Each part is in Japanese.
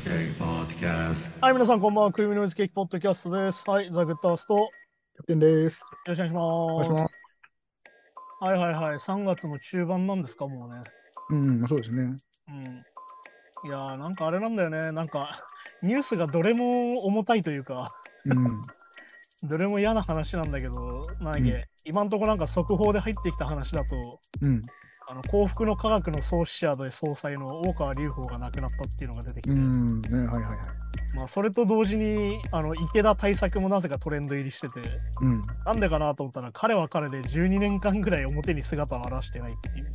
Podcast. はい、皆さん、こんばんは。クリームノイズケーキポッドキャストです。はい、ザ・グッドアースト。よキャプテンです。 ろしくお願いしお願いします。 ます。はいはいはい。3月の中盤なんですか、もうね。 そうですね。 うん。いやー、なんかあれなんだよね。なんか、ニュースがどれも重たいというか、 うん、 どれも嫌な話なんだけど、今んとこなんか速報で入ってきた話だと、 うん、 幸福の科学の創始者で総裁の大川隆法が亡くなったっていうのが出てきて、 ね、はいはいはい。 まあ、それと同時に池田対策もなぜかトレンド入りしてて、なんでかなと思ったら彼は彼で12年間ぐらい表に姿を現してないっていう。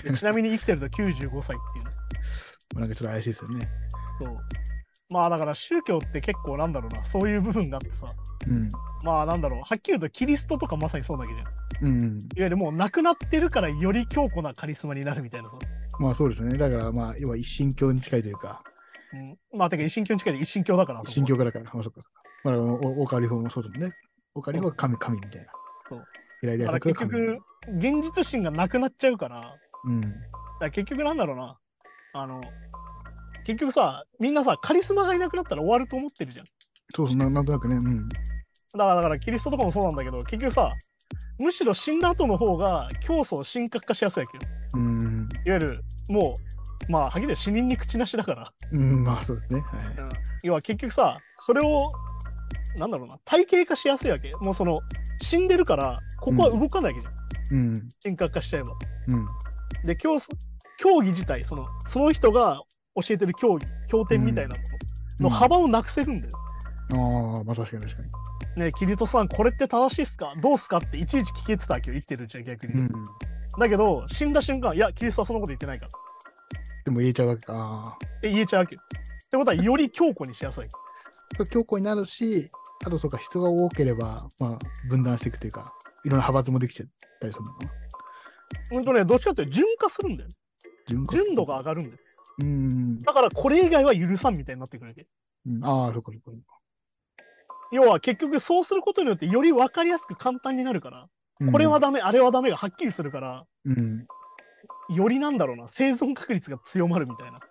でちなみに生きてると95歳っていうね。 なんかちょっと怪しいですよね。 そう。まあだから宗教って結構なんだろうな、そういう部分があってさ、まあなんだろう、はっきり言うとキリストとかまさにそうだけじゃん。いわゆるもう亡くなってるからより強固なカリスマになるみたいなさ。 まあそうですね。だからまあ、要は一神教に近いというか。 まあてか一神教に近いで一神教だから。 一神教だから、まあそうか。まあ、大川隆法もそうですね。大川隆法は神みたいな。 そう。 だから結局、現実心がなくなっちゃうから、だから結局なんだろうな。結局さ、みんなさ、カリスマがいなくなったら終わると思ってるじゃん。 そうそう、なんとなくね。 だからキリストとかもそうなんだけど、結局さ、むしろ死んだ後の方が教祖神格化しやすいわけよ。いわゆる、もう、まあ、はっきり言って死人に口なしだから。 まあそうですね。はい。 要は結局さ、それを、なんだろうな、体系化しやすいわけ。もうその、死んでるから、ここは動かないわけじゃん。神格化しちゃえば。で、競技自体、その人が教えてる教典みたいなものの幅をなくせるんだよ。 まあ確かに確かに。 ね、キリトさん、これって正しいっすかどうすかっていちいち聞けてたわけど、生きてるうちは逆に。だけど、死んだ瞬間、いや、キリストはそのこと言ってないから。 でも言えちゃうわけか。 って言えちゃうわけよ。ってことは、より強固にしやすい。 強固になるし、あとそうか、人が多ければ、まあ、分断していくというか、いろんな派閥もできちゃったりするのかな。 どっちかっていうと、純化するんだよ。純度が上がるんだよ。だから、これ以外は許さんみたいになってくるわけ。 そこそこ。 要は結局そうすることによってより分かりやすく簡単になるから、これはダメ、あれはダメがはっきりするから、よりなんだろうな、生存確率が強まるみたいな。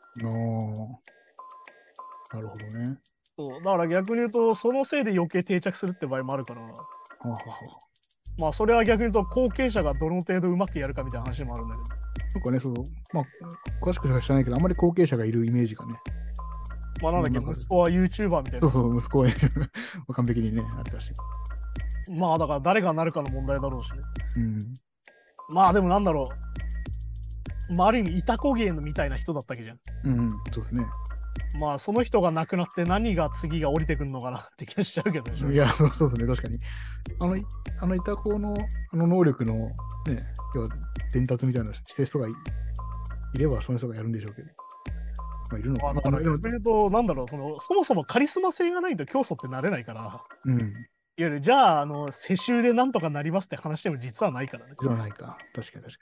なるほどね。 そうだから逆に言うと、そのせいで余計定着するって場合もあるから、まあそれは逆に言うと後継者がどの程度うまくやるかみたいな話もあるんだけど。 なんかね、まあ、詳しくは知らないけど、あんまり後継者がいるイメージがね。 まあなんだっけ、息子は YouTuber みたいな。 そう、息子は完璧にね、あれだし。 まあだから誰がなるかの問題だろうしね。まあでもなんだろう。まあある意味、イタコゲーのみたいな人だったわけじゃん。 そうですね。 まあその人が亡くなって何が次が降りてくるのかなって気がしちゃうけど。 いや、そうですね、確かに。イタコの能力のね、要は伝達みたいなしてる人がいれば、その人がやるんでしょうけど。まあ、いるのかな。 だから逆に言うと、なんだろう、そもそもカリスマ性がないと教祖ってなれないから、いわゆる、じゃあ、世襲でなんとかなりますって話でも実はないからね。 実はないか。確かに。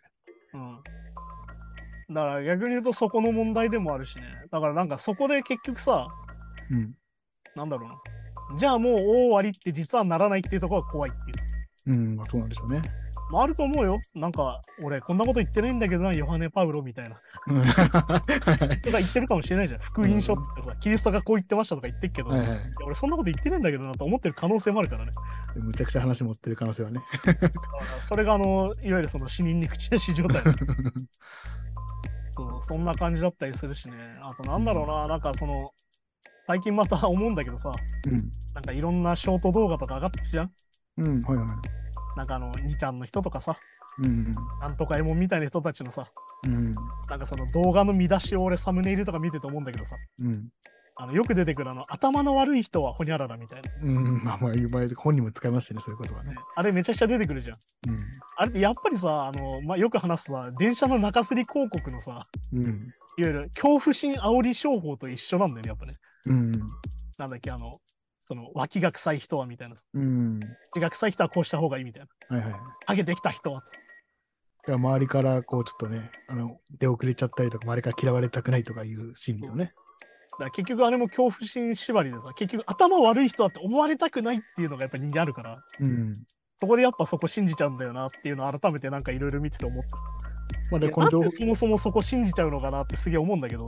だから逆に言うと、そこの問題でもあるしね。だからなんかそこで結局さ、なんだろうな。じゃあもう大終わりって実はならないっていうところが怖いっていう。 まあそうなんでしょうね。 まああると思うよ。なんか、俺こんなこと言ってないんだけどな、ヨハネ・パウロみたいな。人が言ってるかもしれないじゃん。福音書って言ってさ、キリストがこう言ってましたとか言ってるけど、俺そんなこと言ってないんだけどなと思ってる可能性もあるからね。 むちゃくちゃ話持ってる可能性はね。 それがいわゆるその死人に口なし状態。そんな感じだったりするしね。あとなんだろうな、なんか最近また思うんだけどさ、なんかいろんなショート動画とか上がってるじゃん。なんか2ちゃんの人とかさ、なんとかエモンみたいな人たちのさ、なんかその動画の見出しを俺サムネイルとか見てて思うんだけどさ、よく出てくる頭の悪い人はホニャララみたいな。 まあ本人も使いましたね、そういうことはね。 あれめちゃくちゃ出てくるじゃん。あれってやっぱりさ、まあ、よく話すさ、電車の中吊り広告のさ、いわゆる恐怖心煽り商法と一緒なんだよね、やっぱね。なんだっけ、その脇が臭い人はみたいな。口が臭い人はこうした方がいいみたいな。ハゲてきた人は。 周りからこうちょっとね、出遅れちゃったりとか、周りから嫌われたくないとかいう心理をね。 だから結局あれも恐怖心縛りでさ、結局頭悪い人だって思われたくないっていうのがやっぱ人間あるから、そこでやっぱそこ信じちゃうんだよなっていうのを改めてなんかいろいろ見てて思って、そもそもそこ信じちゃうのかなってすげえ思うんだけど、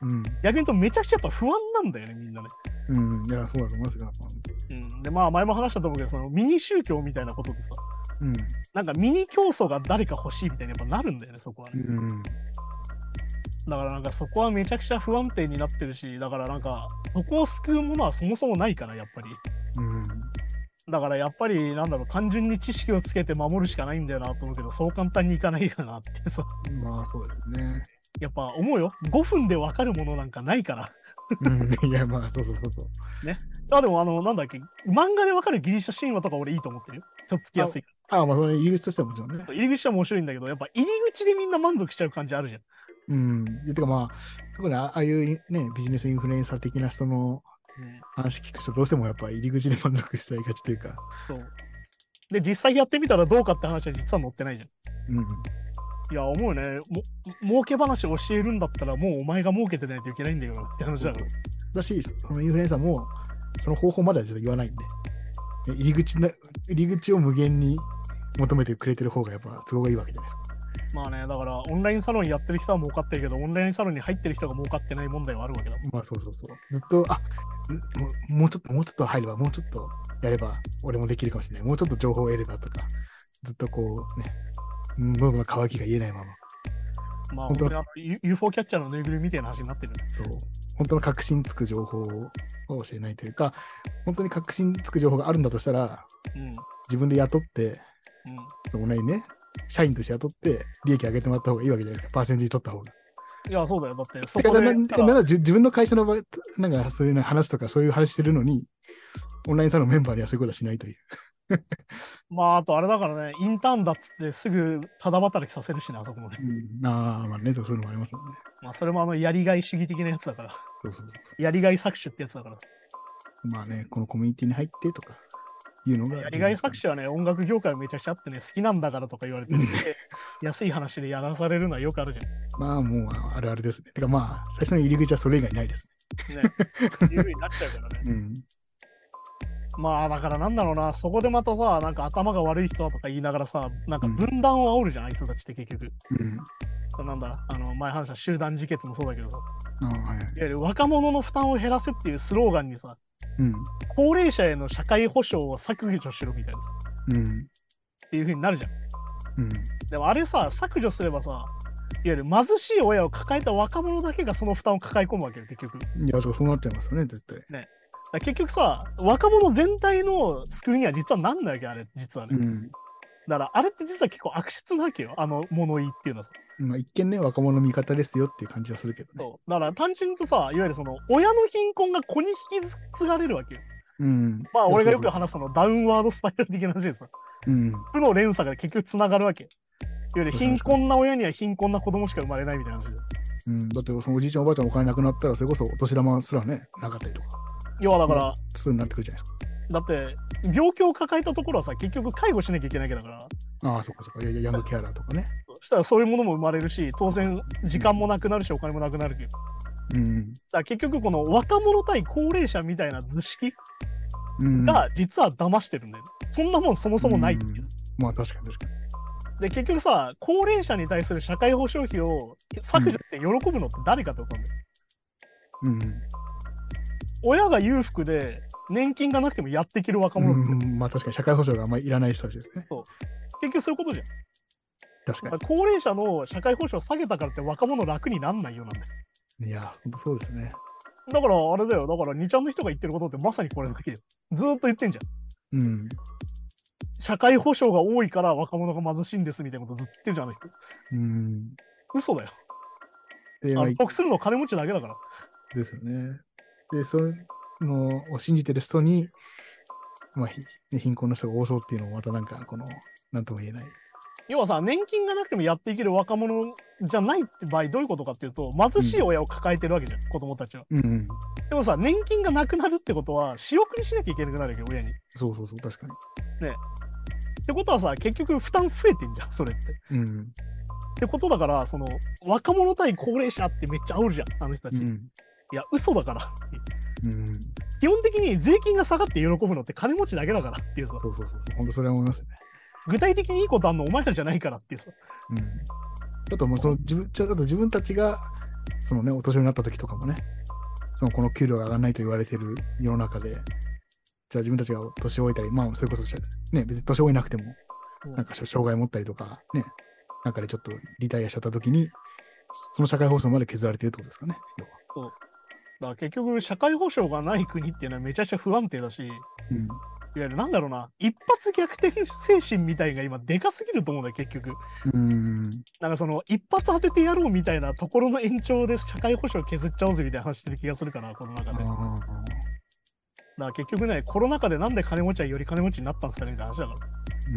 逆に言うとめちゃくちゃやっぱ不安なんだよね、みんなね。 いや、そうだと思いますよ。 で、まあ前も話したと思うけど、そのミニ宗教みたいなことでさ、なんかミニ教祖が誰か欲しいみたいにやっぱなるんだよね、そこはね。だからなんかそこはめちゃくちゃ不安定になってるし、だからなんかそこを救うものはそもそもないから、やっぱり。だからやっぱりなんだろう、単純に知識をつけて守るしかないんだよなと思うけど、そう簡単にいかないかなってさ。 まあそうですね。 やっぱ思うよ。5分で分かるものなんかないから。 いや、まあそう。 ね。あ、でもなんだっけ、漫画で分かるギリシャ神話とか俺いいと思ってるよ。とっつきやすい。 まあその入り口としてはもちろんね。 入り口は面白いんだけど、やっぱ入り口でみんな満足しちゃう感じあるじゃん。 てかまあ、特にああいうね、ビジネスインフルエンサー的な人の話聞くと、どうしてもやっぱ入り口で満足しちゃいがちというか。 そう。で、実際やってみたらどうかって話は実は載ってないじゃん。いや、思うね。儲け話教えるんだったら、もうお前が儲けてないといけないんだよって話だから。 だし、そのインフルエンサーも、その方法までは言わないんで、入り口を無限に求めてくれてる方がやっぱ都合がいいわけじゃないですか。 まあね、だからオンラインサロンやってる人は儲かってるけど、オンラインサロンに入ってる人が儲かってない問題はあるわけだ。 まあそう。ずっと、もうちょっと入れば、もうちょっとやれば、俺もできるかもしれない。もうちょっと情報を得ればとか、ずっとこうね、喉の渇きが言えないまま。 まあ、本当にUFO キャッチャーのぬいぐるみみたいな話になってるね。 そう。本当の確信つく情報を教えないというか、本当に確信つく情報があるんだとしたら、自分で雇って、そのね、社員として雇って利益上げてもらった方がいいわけじゃないですか。パーセンテージ取った方が。 いや、そうだよ。だって、そこで。 自分の会社の場合、なんかそういう話とかそういう話してるのに、オンラインサロンメンバーにはそういうことはしないという。 まあ、あとあれだからね、インターンだっつってすぐただ働きさせるしな、あそこもね。 まあね、そういうのもありますもんね。 まあ、それもやりがい主義的なやつだから。 そう。 やりがい搾取ってやつだから。 まあね、このコミュニティに入ってとかいうのが。 やりがい搾取はね、音楽業界めちゃくちゃあってね、好きなんだからとか言われて、安い話でやらされるのはよくあるじゃん。 まあ、もうあるあるですね。てかまあ、最初の入り口はそれ以外ないですね。いう風になっちゃうからね。まあだからなんだろうな、そこでまたさ、なんか頭が悪い人とか言いながらさ、なんか分断を煽るじゃん、あいつたちって結局。なんだ、前話した集団自決もそうだけどさ、いわゆる若者の負担を減らせっていうスローガンにさ、高齢者への社会保障を削除しろみたいなさ、っていう風になるじゃん。でもあれさ、削除すればさ、いわゆる貧しい親を抱えた若者だけがその負担を抱え込むわけよ、結局。 いや、そうなっちゃいますよね、絶対。 ね。結局さ、若者全体の救いには実はなんないわけ、あれ、実はね。だから、あれって実は結構悪質なわけよ、物言いっていうのはさ。 まあ、一見ね、若者の味方ですよっていう感じはするけどね。 そう。だから、単純にとさ、いわゆるその、親の貧困が子に引き継がれるわけよ。まあ、俺がよく話すの、ダウンワードスパイラル的な話でさ、負の連鎖が結局つながるわけ。いわゆる貧困な親には貧困な子供しか生まれないみたいな話で。 だって、そのおじいちゃんおばあちゃんお金なくなったら、それこそお年玉すらね、なかったりとか。 要はだから、 そうになってくるじゃないですか。 だって、病気を抱えたところはさ、結局介護しなきゃいけないわけだから。 ああ、そっか。ヤングケアラーとかね。 そしたらそういうものも生まれるし、当然、時間もなくなるし、お金もなくなるけど。だから結局、この若者対高齢者みたいな図式が実は騙してるんだよ。そんなもんそもそもないっていう。 まあ、確かに。 で、結局さ、高齢者に対する社会保障費を削除って喜ぶのって誰かってことなんだよ。親が裕福で年金がなくてもやっていける若者まあ確かに社会保障があんまりいらない人たちですね。 そう。結局そういうことじゃん。 確かに。 高齢者の社会保障を下げたからって若者楽になんないよなんだよ。 いや、ほんとそうですね。 だからあれだよ。だから2ちゃんの人が言ってることってまさにこれだけで。ずーっと言ってんじゃん。社会保障が多いから若者が貧しいんですみたいなことずっと言ってるじゃん、あの人。嘘だよ。得するの金持ちだけだから。 ですよね。で、そういうのを信じてる人に、まあ、貧困の人が多そうっていうのもまたなんか、なんとも言えない。 要はさ、年金がなくてもやっていける若者じゃないって場合、どういうことかっていうと、貧しい親を抱えてるわけじゃん、子供たちは。でもさ、年金がなくなるってことは、仕送りしなきゃいけなくなるわけよ、親に。 そう、確かに。 ね。ってことはさ、結局負担増えてんじゃん、それって。ってことだから、その、若者対高齢者ってめっちゃ煽るじゃん、あの人たち。いや、嘘だからって基本的に税金が下がって喜ぶのって金持ちだけだからっていうさ。 そう。本当それは思いますね。 具体的にいいことあんのお前らじゃないからっていうさ。 あともう自分たちがそのね、お年寄りになった時とかもね、この給料が上がらないと言われてる世の中で、じゃあ自分たちが年老いたり、まあ、それこそ、ね、別に年老いなくても、なんか障害持ったりとか、ね、なんかでちょっとリタイアしちゃった時に、その社会保障まで削られてるってことですかね、要は。 そう。だから結局、社会保障がない国っていうのはめちゃくちゃ不安定だし、いわゆるなんだろうな、一発逆転精神みたいが今でかすぎると思うんだよ、結局。なんかその一発当ててやろうみたいなところの延長で社会保障削っちゃおうぜみたいな話してる気がするかな、この中で。だから結局ね、コロナ禍でなんで金持ちはより金持ちになったんですかねみたいな話だから。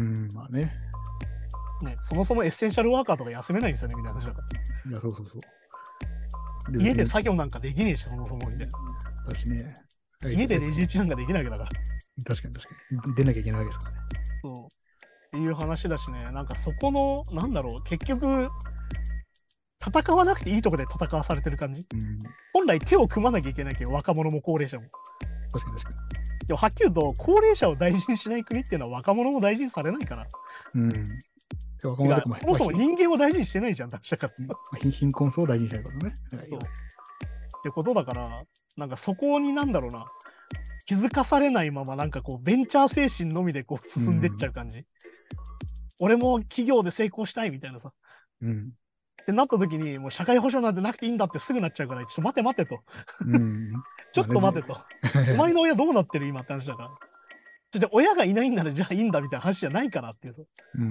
まあね。 ね、そもそもエッセンシャルワーカーとか休めないんですよねみたいな話だから。 いや、そうそうそう。 家で作業なんかできねえし、そもそもみたいな。 私ね。 家でレジ打ちなんかできないわけだから。 確かに。出なきゃいけないわけですからね。 そう。っていう話だしね、なんかそこの、なんだろう、結局、戦わなくていいところで戦わされてる感じ。本来手を組まなきゃいけないけど、若者も高齢者も。 確かに。 でもはっきり言うと、高齢者を大事にしない国っていうのは若者も大事にされないから。 若者そもそも人間を大事にしてないじゃん、社会。 貧困層を大事にしないことね。 ってことだから、なんかそこになんだろうな、気づかされないまま、なんかこう、ベンチャー精神のみでこう進んでっちゃう感じ。俺も企業で成功したいみたいなさ。ってなった時に、もう社会保障なんてなくていいんだってすぐなっちゃうから、ちょっと待てと。ちょっと待てと。お前の親どうなってる今って話だから。そして親がいないんならじゃあいいんだみたいな話じゃないからっていうさ。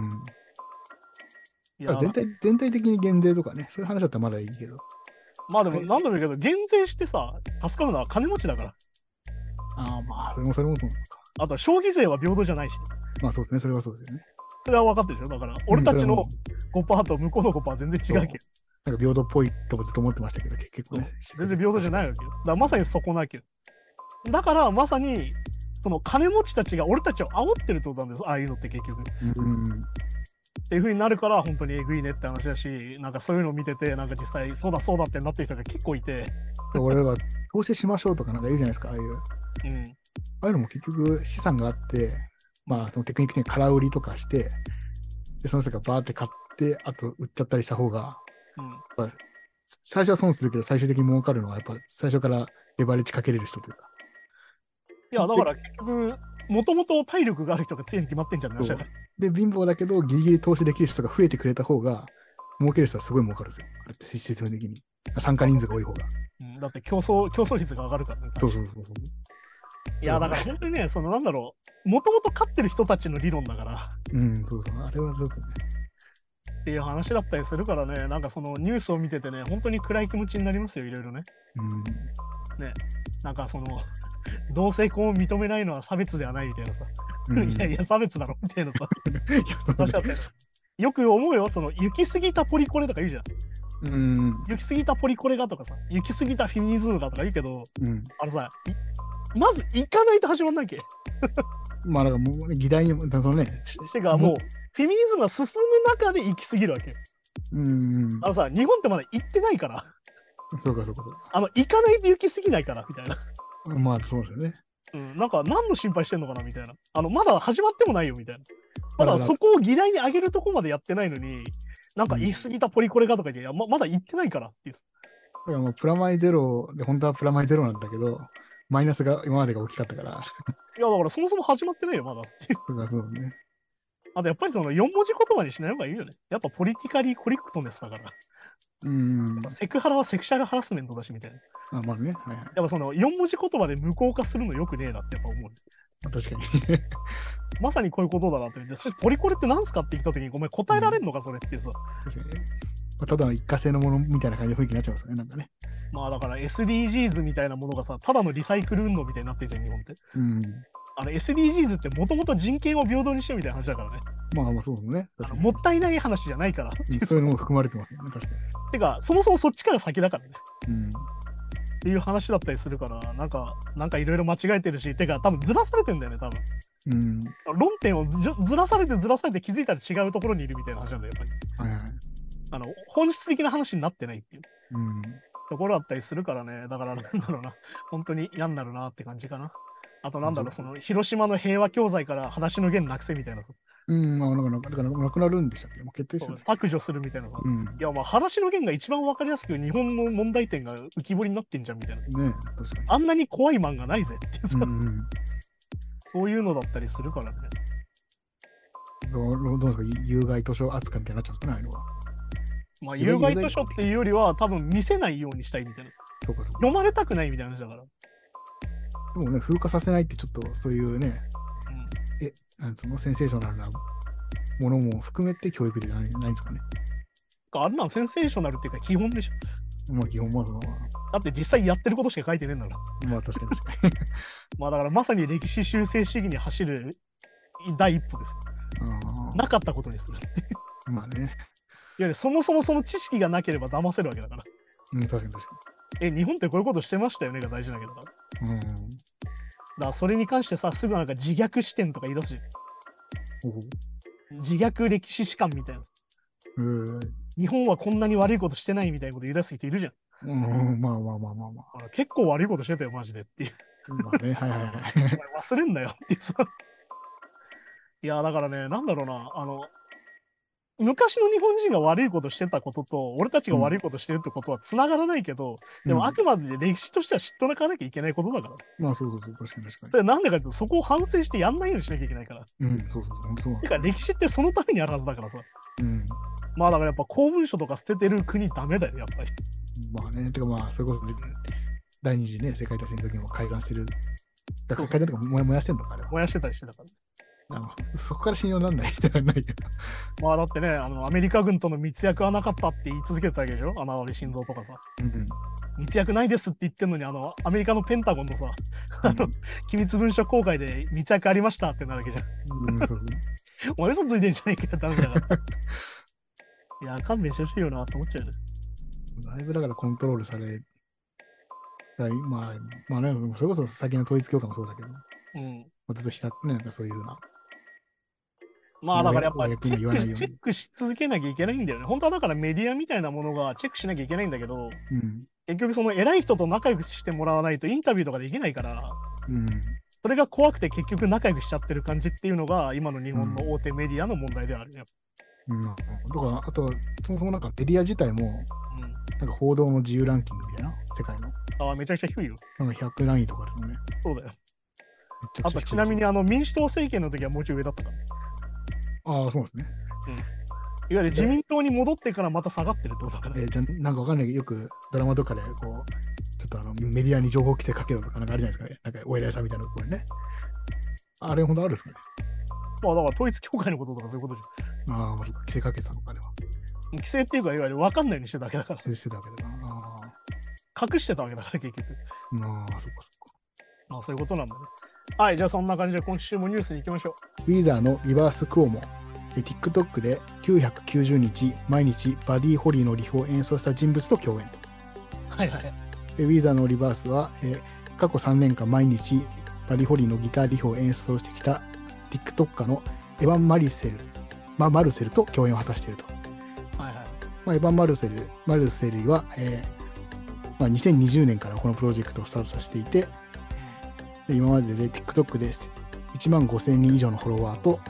全体的に減税とかね、そういう話だったらまだいいけど。 まあでも、なんだろうけど、減税してさ、助かるのは金持ちだから。 まあ、それもそうなのか。 あとは消費税は平等じゃないし。 まあそうですね、それはそうですよね。 それは分かってるでしょ。だから、俺たちの 5% と向こうの 5% は全然違うけど。 なんか平等っぽいとずっと思ってましたけど、結構ね。 全然平等じゃないわけよ。だからまさにそこなわけよ。だからまさに、その金持ちたちが俺たちを煽ってるってことなんですよ、ああいうのって結局。っていう風になるから本当にえぐいねって話だし、なんかそういうのを見てて、なんか実際そうだってなってる人が結構いて。 俺は投資しましょうとかなんか言うじゃないですか、ああいう。ああいうのも結局資産があって、まあそのテクニック的に空売りとかして、で、その人がバーって買って、あと売っちゃったりした方が、最初は損するけど最終的に儲かるのはやっぱ最初からレバレッジかけれる人というか。 いや、だから結局、もともと体力がある人が強いに決まってんじゃん、 で、貧乏だけど、ギリギリ投資できる人が増えてくれた方が、儲ける人はすごい儲かるんですよ。システム的に。参加人数が多い方が。 だって競争率が上がるからね。 そう。 いや、だから本当にね、なんだろう、もともと勝ってる人たちの理論だから。 そう。あれはずっとね。 っていう話だったりするからね、なんかそのニュースを見ててね、本当に暗い気持ちになりますよ、いろいろね。ね、なんかその、同性婚を認めないのは差別ではないみたいなさ。いや、差別だろみたいなさ。よく思うよ、行き過ぎたポリコレとか言うじゃん。行き過ぎたポリコレがとかさ、行き過ぎたフェミニズムがとか言うけど、さ、まず行かないと始まんないけ。 まあ、だからもう、議題にも、そのね。 てか、もう、フェミニズムが進む中で行き過ぎるわけ。さ、日本ってまだ行ってないから。 そうか。 行かないと行き過ぎないから、みたいな。 まあ、そうですよね。 なんか何の心配してんのかなみたいな。まだ始まってもないよみたいな。まだそこを議題に上げるとこまでやってないのに、なんか言い過ぎたポリコレがとか言って、まだ言ってないからっていう。 だからもうプラマイゼロで、本当はプラマイゼロなんだけど、マイナスが今までが大きかったから。 いや、だからそもそも始まってないよ、まだっていう。 そうね。 あとやっぱり4文字言葉にしない方がいいよね。やっぱポリティカリーコレクトネスだから。セクハラはセクシャルハラスメントだしみたいな。 まあね。 やっぱ4文字言葉で無効化するのよくねえなってやっぱ思う。 確かに。 まさにこういうことだなって言って、そしてポリコレって何すかって言ったときに、ごめん、答えられるのか、それってさ。 確かに。ただの一過性のものみたいな感じの雰囲気になっちゃいますね、なんかね。 まあだから SDGs みたいなものがさ、ただのリサイクル運動みたいになってるじゃん、日本って。SDGs ってもともと人権を平等にしようみたいな話だからね。 まあそうですね。 もったいない話じゃないから。 そういうのも含まれてますよね、確かに。 てか、そもそもそっちから先だからね。っていう話だったりするから、なんかいろいろ間違えてるし、てか、多分ずらされてんだよね、多分。論点をずらされて気づいたら違うところにいるみたいな話なんだよ、やっぱり。本質的な話になってないっていうところだったりするからね、だからなんだろうな、本当に嫌になるなって感じかな。あとなんだろう、広島の平和教材から裸足の弦なくせみたいな。 うん、まあ、なくなるんでしたっけ？もう決定してる。 削除するみたいなさ。いや、まあ、話の弦が一番わかりやすく日本の問題点が浮き彫りになってんじゃんみたいな。 ね、確かに。 あんなに怖い漫画ないぜっていうさ、そういうのだったりするからね。 どうですか、有害図書扱いみたいになっちゃうんですかね、あれは。 まあ、有害図書っていうよりは、多分見せないようにしたいみたいな。 そうかそうか。 読まれたくないみたいな話だから。 でもね、風化させないってちょっとそういうね、なんつうの、センセーショナルなものも含めて教育でないんですかね。 あんなんセンセーショナルっていうか基本でしょ。 まあ基本はだって実際やってることしか書いてねえんだから。 まあ確かに確かに。 まあだからまさに歴史修正主義に走る第一歩ですよ。なかったことにする。 まあね。 いやそもそもその知識がなければ騙せるわけだから。 確かに確かに。日本ってこういうことしてましたよねが大事なわけだから。だからそれに関してさ、すぐなんか自虐視点とか言い出すじゃん。自虐歴史史観みたいな。日本はこんなに悪いことしてないみたいなこと言い出す人いるじゃん。 まあ。 結構悪いことしてたよ、マジでっていう。 まあね、はい。 忘れんなよっていうさ。いや、だからね、なんだろうな、昔の日本人が悪いことしてたことと、俺たちが悪いことしてるってことは繋がらないけど、でもあくまで歴史としては知っとかなきゃいけないことだから。 まあそう、確かに。 それなんでかっていうと、そこを反省してやんないようにしなきゃいけないから。 そう。 てか歴史ってそのためにあるはずだからさ。まあだからやっぱ公文書とか捨ててる国ダメだよ、やっぱり。 まあね、てかまあ、それこそ、第二次ね、世界大戦の時も改ざんしてる。改ざんとか燃やしてんのかね。 燃やしてたりしてたから。 そこから信用なんないじゃないけど。 まあだってね、アメリカ軍との密約はなかったって言い続けてたわけでしょ、穴割心臓とかさ。密約ないですって言ってんのに、アメリカのペンタゴンのさ、機密文書公開で密約ありましたってなるわけじゃん。お前嘘ついてんじゃねえかよ、ダメだから。いや、勘弁してほしいよなって思っちゃうよね。 だいぶだからコントロールされ、まあね、それこそ最近の統一教会もそうだけど、ずっとしたね、なんかそういうような。 まあだからやっぱりチェックし続けなきゃいけないんだよね。本当はだからメディアみたいなものがチェックしなきゃいけないんだけど、結局その偉い人と仲良くしてもらわないとインタビューとかできないから、それが怖くて結局仲良くしちゃってる感じっていうのが今の日本の大手メディアの問題であるね。 とか、あと、そもそもなんかメディア自体も、なんか報道の自由ランキングみたいな、世界の。 めちゃくちゃ低いよ。 なんか100何位とかですもんね。 そうだよ。あとちなみに民主党政権の時はもうちょい上だったから。 そうですね。 いわゆる自民党に戻ってからまた下がってるってことだから。 じゃなんかわかんないけど、よくドラマとかで、こう、ちょっとメディアに情報規制かけろとかなんかあるじゃないですか、なんかお偉いさんみたいなところね。あれ、ほんとあるんですかね。 まあだから統一教会のこととかそういうことじゃん。 まあ、規制かけたのか、あれは。 規制っていうか、いわゆる分かんないようにしてただけだから。 規制してたわけだな。 隠してたわけだから、結局。 そっか。 まあ、そういうことなんだね。はい、じゃあそんな感じで今週もニュースに行きましょう。ウィザーのリバースクオモ。TikTok で990日毎日バディ・ホリーのリフを演奏した人物と共演と。 はいはい。 ウィザーのリバースは、過去3年間毎日バディ・ホリーのギターリフを演奏してきた TikToker のエヴァン・マルセルと共演を果たしていると。 はいはい。 エヴァン・マルセルは、2020年からこのプロジェクトをスタートさせていて、今までで TikTok で1万5000人以上のフォロワーと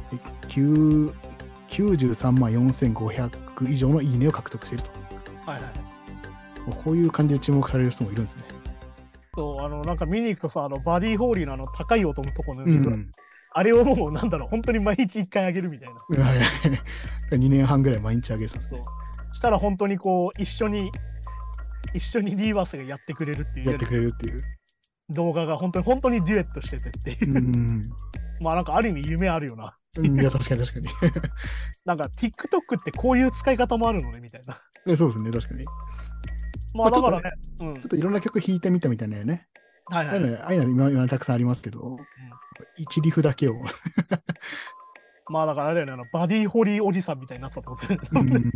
93万4500以上のいいねを獲得していると。 はいはい。 こういう感じで注目される人もいるんですね。 そう、なんか見に行くとさ、バディホーリーの高い音のところの、あれをもうなんだろう、本当に毎日1回あげるみたいな。 2年半ぐらい毎日あげてたんですね。 したら本当にこう、一緒にリーバースがやってくれるっていう動画が本当にデュエットしててっていう。まあなんかある意味夢あるよな。 いや、確かに。 なんか TikTok ってこういう使い方もあるのねみたいな。 そうですね、確かに。 まあだからね、 ちょっといろんな曲弾いてみたみたいなね。 はいはい。 ああいうの今たくさんありますけど、1リフだけを。 まあだからあれだよね、バディホリーおじさんみたいになったってことだよね。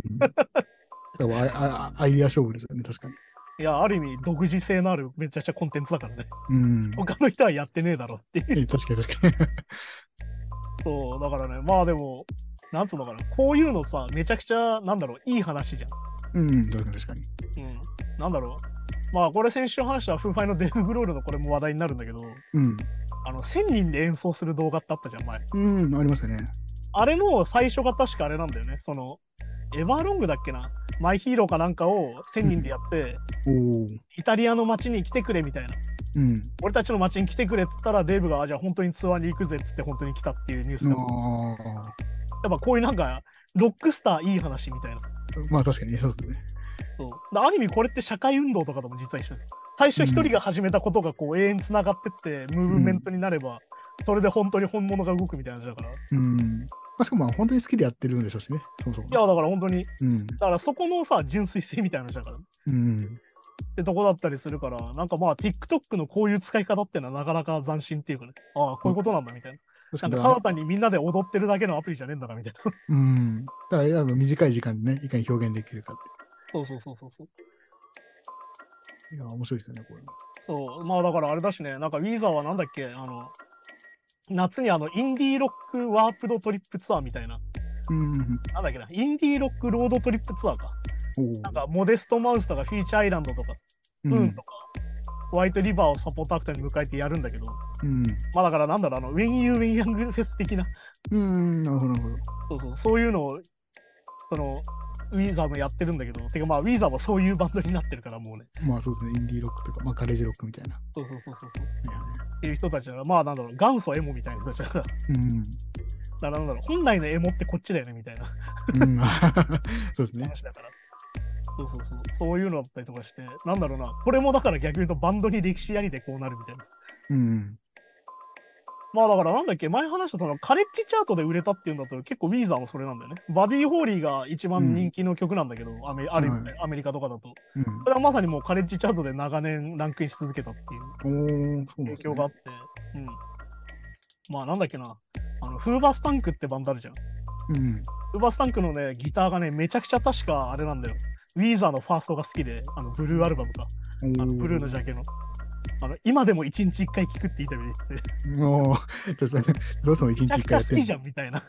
アイディア勝負ですよね、確かに。 いや、ある意味、独自性のあるめちゃくちゃコンテンツだからね。他の人はやってねえだろっていう。 確かに。 そう、だからね、まあでも、なんつうのかな、こういうのさ、めちゃくちゃ、なんだろう、いい話じゃん。 確かに。 なんだろう。まあ、これ先週話したフーファイのデブ・グロールのこれも話題になるんだけど、1000人で演奏する動画ってあったじゃん、前。 ありましたね。 あれの最初が確かあれなんだよね。その、エヴァーロングだっけな、マイヒーローかなんかを1000人でやって、イタリアの街に来てくれみたいな。俺たちの街に来てくれって言ったら、デーブが、じゃあ本当にツアーに行くぜって言って本当に来たっていうニュースが。やっぱこういうなんか、ロックスターいい話みたいな。 まあ確かにそうですね。 そうある意味これって社会運動とかとも実は一緒です。最初一人が始めたことがこう永遠につながってってムーブメントになれば、それで本当に本物が動くみたいな話だから。 しかも本当に好きでやってるんでしょうしね。そうそう、 いやだから本当に、だからそこのさ純粋性みたいな話だから。ってとこだったりするから、なんかまあ TikTok のこういう使い方っていうのはなかなか斬新っていうかね、ああこういうことなんだみたいな。なんかただ単にみんなで踊ってるだけのアプリじゃねえんだかみたいな。 だから短い時間でね、いかに表現できるかって。 そう。 いや、面白いですよね、これ。 そう、まあだからあれだしね、なんかウィーザーはなんだっけ、夏にインディーロックワープドトリップツアーみたいな。なんだっけな、インディーロックロードトリップツアーか。なんかモデストマウスとかフィーチャーアイランドとか、スプーンとか、ホワイトリバーをサポートアクターに迎えてやるんだけど、まあだからなんだろう、ウィン・ユー・ウィン・ヤング・フェス的な。 なるほど。 そういうのを、ウィーザーもやってるんだけど、てかまあウィーザーもそういうバンドになってるからもうね。 まあそうですね、インディーロックとか、まあガレージロックみたいな。 そう。っていう人たちだから、まあなんだろう、元祖エモみたいな人たちだから。だからなんだろう、本来のエモってこっちだよねみたいな。 そうですね。 話だから。そういうのだったりとかして、なんだろうな、これもだから逆に言うとバンドに歴史ありでこうなるみたいな。まあだからなんだっけ、前話したそのカレッジチャートで売れたっていうんだと結構ウィーザーもそれなんだよね。バディ・ホーリーが一番人気の曲なんだけど、ある意味、アメリカとかだと。それはまさにもうカレッジチャートで長年ランクインし続けたっていう影響があって。まあなんだっけな、フーバースタンクってバンドあるじゃん。フーバースタンクのね、ギターがね、めちゃくちゃ確かあれなんだよ。ウィーザーのファーストが好きで、ブルーアルバムか。ブルーのジャケの。今でも1日1回聴くってインタビューで言って。 もう、どうしても1日1回やってる。めちゃくちゃ好きじゃんみたいな。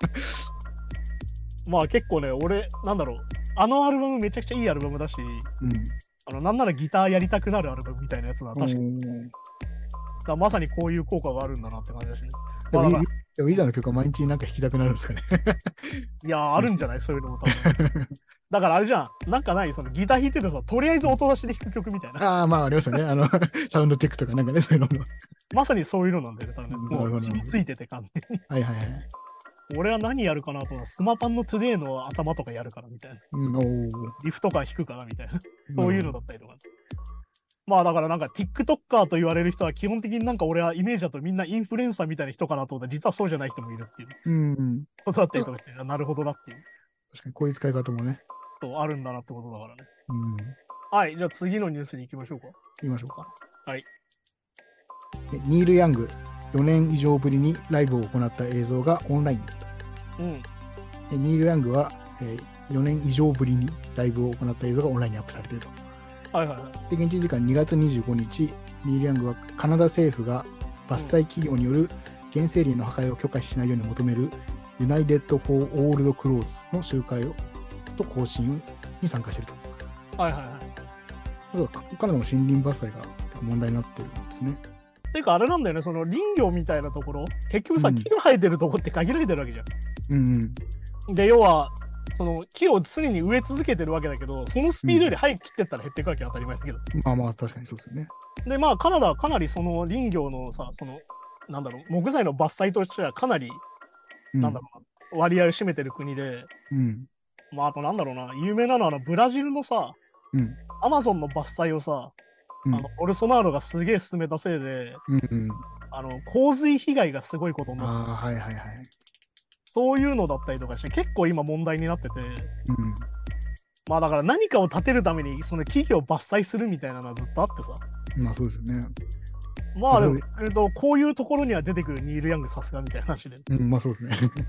まあ結構ね、俺、なんだろう、アルバムめちゃくちゃいいアルバムだし、なんならギターやりたくなるアルバムみたいなやつだ、確かに。だまさにこういう効果があるんだなって感じだしね。 でもウィザーの曲は毎日なんか弾きたくなるんですかね。 いや、あるんじゃないそういうのも多分。だからあれじゃん、なんかない、そのギター弾いててさ、とりあえず音出しで弾く曲みたいな。 まあありますよね。サウンドテックとかなんかね、そういうのも。 まさにそういうのなんだよね、もう染みついてて完全に。俺は何やるかなと思う、スマパンのトゥデイの頭とかやるからみたいな。リフとか弾くからみたいな。そういうのだったりとか。まあだからなんか TikToker と言われる人は基本的になんか俺はイメージだとみんなインフルエンサーみたいな人かなと思ったら実はそうじゃない人もいるっていうことだったりとかして、なるほどなっていう。 確かにこういう使い方もね。 あるんだなってことだからね。はい、じゃあ次のニュースに行きましょうか。 行きましょうか。 はい。 ニール・ヤング、4年以上ぶりにライブを行った映像がオンラインニール・ヤングは、4年以上ぶりにライブを行った映像がオンラインにアップされていると。で現地時間2月25日、ニール・ヤングはカナダ政府が伐採企業による原生林の破壊を許可しないように求めるユナイテッド・フォー・オールド・クローズの集会と行進に参加していると。カナダの森林伐採が問題になってるんですね。 ていうかあれなんだよね、その林業みたいなところ、結局さ、木が生えてるところって限られてるわけじゃん。で、要は、その木を常に植え続けてるわけだけど、そのスピードより早く切ってったら減っていくわけ当たり前だけど。 まあ確かにそうですよね。 で、まあカナダはかなりその林業のさ、その、なんだろう、木材の伐採としてはかなり、なんだろうな、割合を占めてる国で、まああとなんだろうな、有名なのはブラジルのさ、アマゾンの伐採をさ、ボルソナーロがすげえ進めたせいで、洪水被害がすごいことになって、そういうのだったりとかして結構今問題になってて、まあだから何かを建てるためにその木々を伐採するみたいなのはずっとあってさ。 まあそうですよね。 まあでも、こういうところには出てくるニール・ヤングさすがみたいな話で。 まあそうですね。確か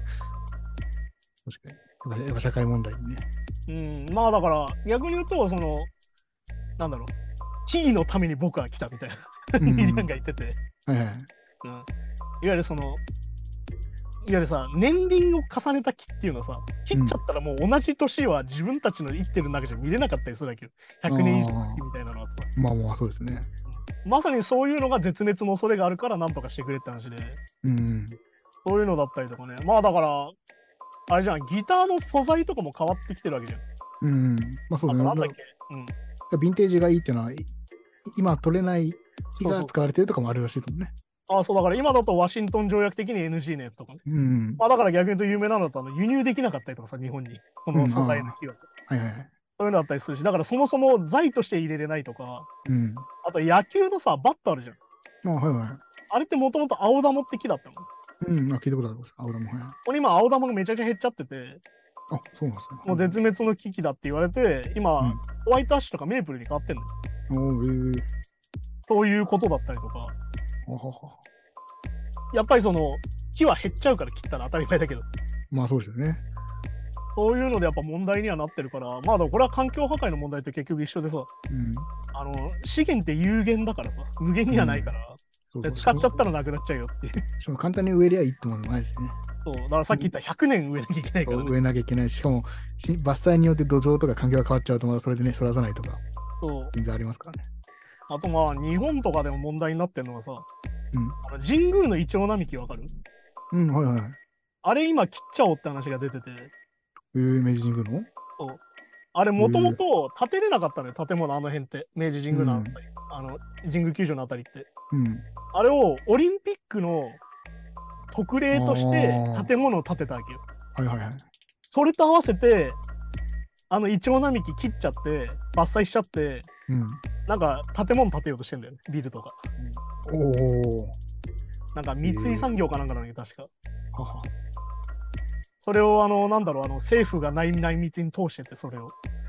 に。やっぱ社会問題にね。まあだから逆に言うと、その、なんだろう、木々のために僕は来たみたいな、ニール・ヤングが言ってて。いわゆるその、いわゆるさ、年輪を重ねた木っていうのはさ、切っちゃったらもう同じ年は自分たちの生きてる中じゃ見れなかったりするわけよ。100年以上の木みたいなのはさ。 まあそうですね。 まさにそういうのが絶滅の恐れがあるからなんとかしてくれって話で。 そういうのだったりとかね。まあだから、あれじゃん、ギターの素材とかも変わってきてるわけじゃん。 うん。まあそうだね。なんだっけ。ヴィンテージがいいっていうのは、今取れない木が使われてるとかもあるらしいですもんね。 そうだから今だとワシントン条約的に NG のやつとかね。まあだから逆に言うと有名なのだと輸入できなかったりとかさ、日本に。その素材の木は。はいはいはい。そういうのだったりするし、だからそもそも材として入れれないとか、あと野球のさ、バットあるじゃん。はいはい。あれってもともと青玉って木だったの。 聞いたことある。青玉。はい。 ここに今青玉がめちゃくちゃ減っちゃってて、 そうなんですね。 もう絶滅の危機だって言われて、今、ホワイトアッシュとかメープルに変わってんの。そういうことだったりとか。やっぱりその木は減っちゃうから切ったら当たり前だけど。 まあそうですよね。 そういうのでやっぱ問題にはなってるから、まあこれは環境破壊の問題と結局一緒でさ、資源って有限だからさ、無限にはないから、使っちゃったらなくなっちゃうよっていう。 しかも簡単に植えりゃいいってものないですね。 そう、だからさっき言った100年植えなきゃいけないから、ね。 植えなきゃいけないし、しかも伐採によって土壌とか環境が変わっちゃうと、まだそれでね、育たないとか、全然ありますからね。 あとまあ、日本とかでも問題になってるのはさ、神宮のイチョウ並木わかる？ はいはい。あれ今切っちゃおうって話が出てて。 明治神宮の？ そう。あれもともと建てれなかったのよ、建物あの辺って。明治神宮のあたり、神宮球場のあたりって。あれをオリンピックの特例として建物を建てたわけよ。 はいはいはい。 それと合わせて、イチョウ並木切っちゃって、伐採しちゃって、なんか建物建てようとしてんだよね、ビルとか。なんか三井産業かなんかなんだけど、確か。それを政府が内密に通してて、それを。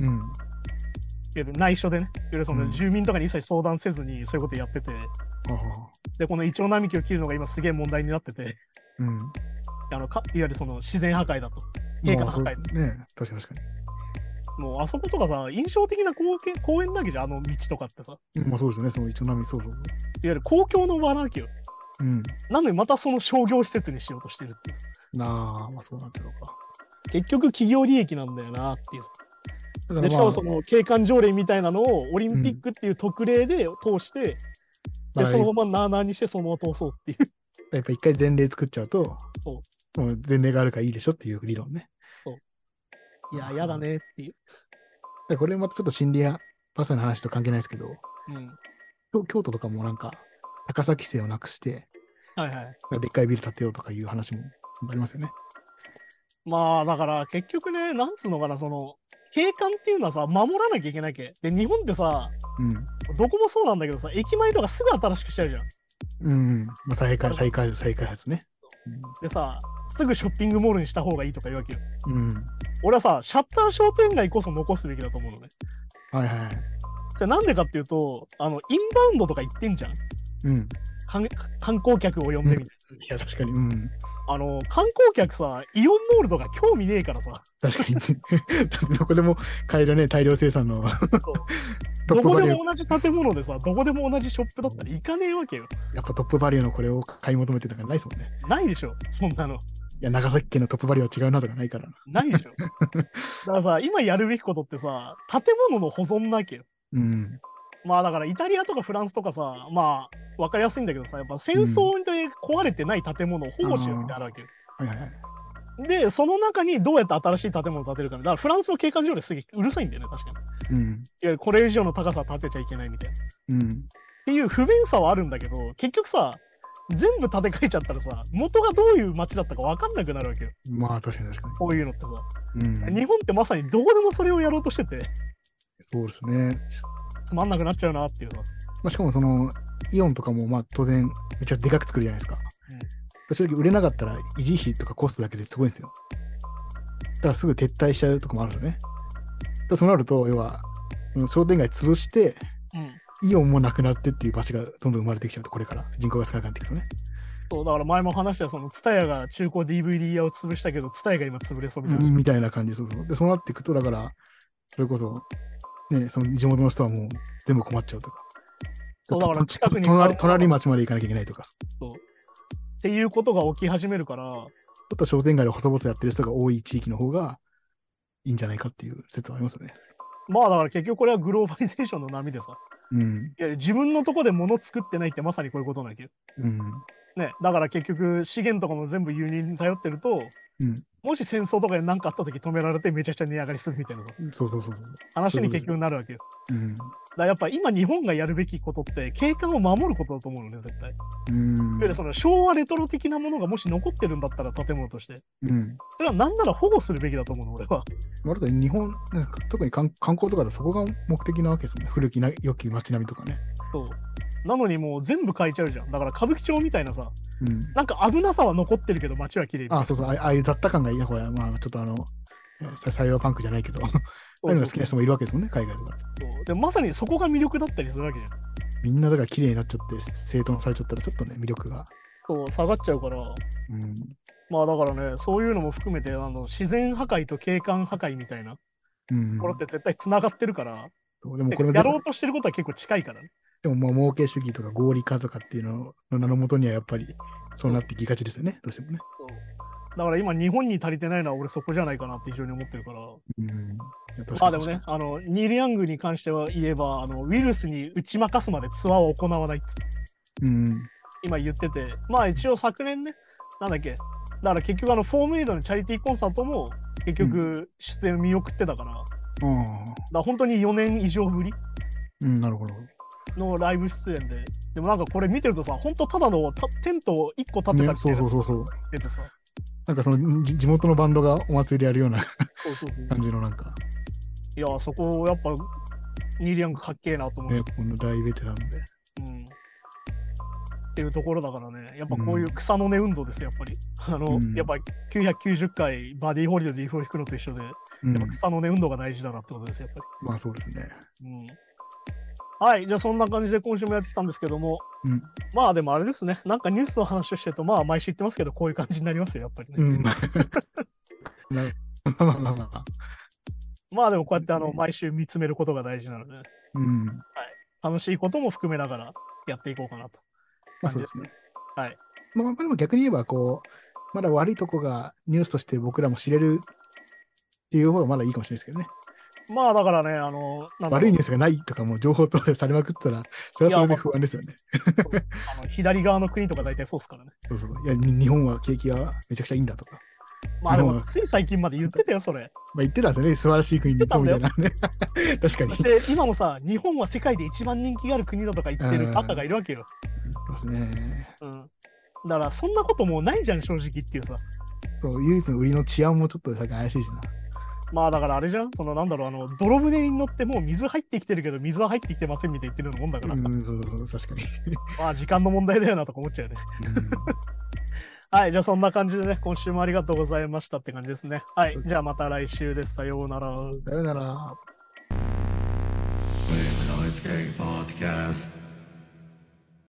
内緒でね、その住民とかに一切相談せずにそういうことやってて、で、このイチョウ並木を切るのが今すげえ問題になってて、いわゆるその自然破壊だと。景観破壊だと。 ね、確かに。 もうあそことかさ、印象的な公園だけじゃん、あの道とかってさ。 まあそうですね、そのイチョウ並木、そう。いわゆる公共の場なわけよ。なのにまたその商業施設にしようとしてるっていう。 まあそうなってるのか。 結局企業利益なんだよなっていう。でしかもその景観条例みたいなのをオリンピックっていう特例で通して、でそのままなあなあにしてそのまま通そうっていう。 やっぱ一回前例作っちゃうと、もう前例があるからいいでしょっていう理論ね。 そう。いや、嫌だねっていう。 これまたちょっと心理やバスの話と関係ないですけど、京都とかもなんか高さ規制をなくして、でっかいビル建てようとかいう話もありますよね。 まあだから結局ね、なんつうのかな、その景観っていうのはさ、守らなきゃいけないけ。で、日本ってさ、どこもそうなんだけどさ、駅前とかすぐ新しくしちゃうじゃん。 まあ、再開発ね。 でさ、すぐショッピングモールにした方がいいとか言うわけよ。俺はさ、シャッター商店街こそ残すべきだと思うのね。 はいはい。 それなんでかっていうと、インバウンドとか行ってんじゃん。観光客を呼んでみて。 いや、確かに。 観光客さ、イオンモールとか興味ねえからさ。 確かに。どこでも買えるね、大量生産の。 どこでも同じ建物でさ、どこでも同じショップだったら行かねえわけよ。 やっぱトップバリューのこれを買い求めてたからないですもんね。 ないでしょ、そんなの。いや、長崎県のトップバリューは違うなとかないから。 ないでしょ。だからさ、今やるべきことってさ、建物の保存なわけよ。まあだからイタリアとかフランスとかさ、まあ分かりやすいんだけどさ、やっぱ戦争で壊れてない建物を保護しようってあるわけよ。で、その中にどうやって新しい建物を建てるか。だからフランスの景観条例すげえうるさいんだよね、確かに。いわゆるこれ以上の高さは建てちゃいけないみたいな。っていう不便さはあるんだけど、結局さ、全部建て替えちゃったらさ、元がどういう街だったか分かんなくなるわけよ。 まあ確かに。 こういうのってさ。日本ってまさにどこでもそれをやろうとしてて。 そうですね。 つまんなくなっちゃうなっていうの。しかもその、イオンとかもまあ当然めっちゃでかく作るじゃないですか。正直売れなかったら維持費とかコストだけですごいんですよ。だからすぐ撤退しちゃうとこもあるよね。そうなると、要は、商店街潰して、イオンもなくなってっていう場所がどんどん生まれてきちゃうと、これから人口が少なくなっていくとね。 そう、だから前も話したその、ツタヤが中古 DVD 屋を潰したけど、ツタヤが今潰れそうみたいな。 みたいな感じ、そう。で、そうなっていくと、だから、それこそ、ね、その地元の人はもう全部困っちゃうとか。 そうだから近くに隣町まで行かなきゃいけないとか。 そうっていうことが起き始めるから、ちょっと商店街で細々やってる人が多い地域の方がいいんじゃないかっていう説はありますよね。 まあだから結局これはグローバリゼーションの波でさ、いや自分のとこで物作ってないってまさにこういうことなんだけど。 ね、だから結局資源とかも全部輸入に頼ってると、もし戦争とかで何かあった時止められてめちゃくちゃ値上がりするみたいな話に結局なるわけよ。だやっぱ今日本がやるべきことって景観を守ることだと思うのね、絶対。その昭和レトロ的なものがもし残ってるんだったら建物として、それは何なら保護するべきだと思うの、俺は。 日本、特に観光とかでそこが目的なわけですね。古き良き街並みとかね。 そう。なのにもう全部変えちゃうじゃん。だから歌舞伎町みたいなさ、なんか危なさは残ってるけど街は綺麗に。 そうそう、ああいう雑多感がいいな、これ。まあちょっとサイバーパンクじゃないけど、そういうのが好きな人もいるわけですもんね、海外とか。 でまさにそこが魅力だったりするわけじゃん。 みんなだから綺麗になっちゃって、整頓されちゃったらちょっとね、魅力が。 そう、下がっちゃうから。まあだからね、そういうのも含めて、自然破壊と景観破壊みたいなところって絶対つながってるから、でもこれやろうとしてることは結構近いからね。 でもまあ儲け主義とか合理化とかっていうのの名のもとにはやっぱりそうなってきがちですよね、どうしてもね。 だから今日本に足りてないのは俺そこじゃないかなって非常に思ってるから。まあでもね、ニール・ヤングに関しては言えば、ウィルスに打ち負かすまでツアーを行わないって、今言ってて、まあ一応昨年ね、なんだっけ、だから結局フォームエイドのチャリティーコンサートも結局出演見送ってたから、だから本当に4年以上ぶりなるほどのライブ出演で、でもなんかこれ見てるとさ、本当ただのテント1個立ってたって出てさ、なんかその地元のバンドがお祭りでやるような感じのなんか。 いや、そこやっぱニール・ヤングかっけえなと思って。 この大ベテランで。 っていうところだからね、やっぱこういう草の根運動ですよ、やっぱり。やっぱ990回バディホリーでリフを弾くのと一緒で、やっぱ草の根運動が大事だなってことですよ、やっぱり。まあそうですね。 はい、じゃあそんな感じで今週もやってきたんですけども、まあでもあれですね、なんかニュースの話をしてると、まあ毎週言ってますけど、こういう感じになりますよ、やっぱりね。まあでもこうやって毎週見つめることが大事なので、楽しいことも含めながらやっていこうかなと。 まあそうですね。 はい。 まあでも逆に言えば、まだ悪いとこがニュースとして僕らも知れるっていう方がまだいいかもしれないですけどね。 まあだからね、 悪いニュースがないとかも情報投与されまくったら、それはそれで不安ですよね。 左側の国とか大体そうですからね。 そうそう。いや、日本は景気がめちゃくちゃいいんだとか。 まあでも、つい最近まで言ってたよ、それ。 まあ言ってたんですよね、素晴らしい国日本みたいなね。確かに。 で、今もさ、日本は世界で一番人気がある国だとか言ってるバカがいるわけよ。 そうですね。 だから、そんなこともうないじゃん、正直っていうさ。 そう、唯一の売りの治安もちょっと怪しいしな。 まあだからあれじゃん、なんだろう、泥船に乗ってもう水入ってきてるけど、水は入ってきてませんみたいな言ってるようなもんだから。 そう、確かに。 まあ時間の問題だよなとか思っちゃうよね。はい、じゃあそんな感じでね、今週もありがとうございましたって感じですね。はい、じゃあまた来週です。さようなら。 さようなら。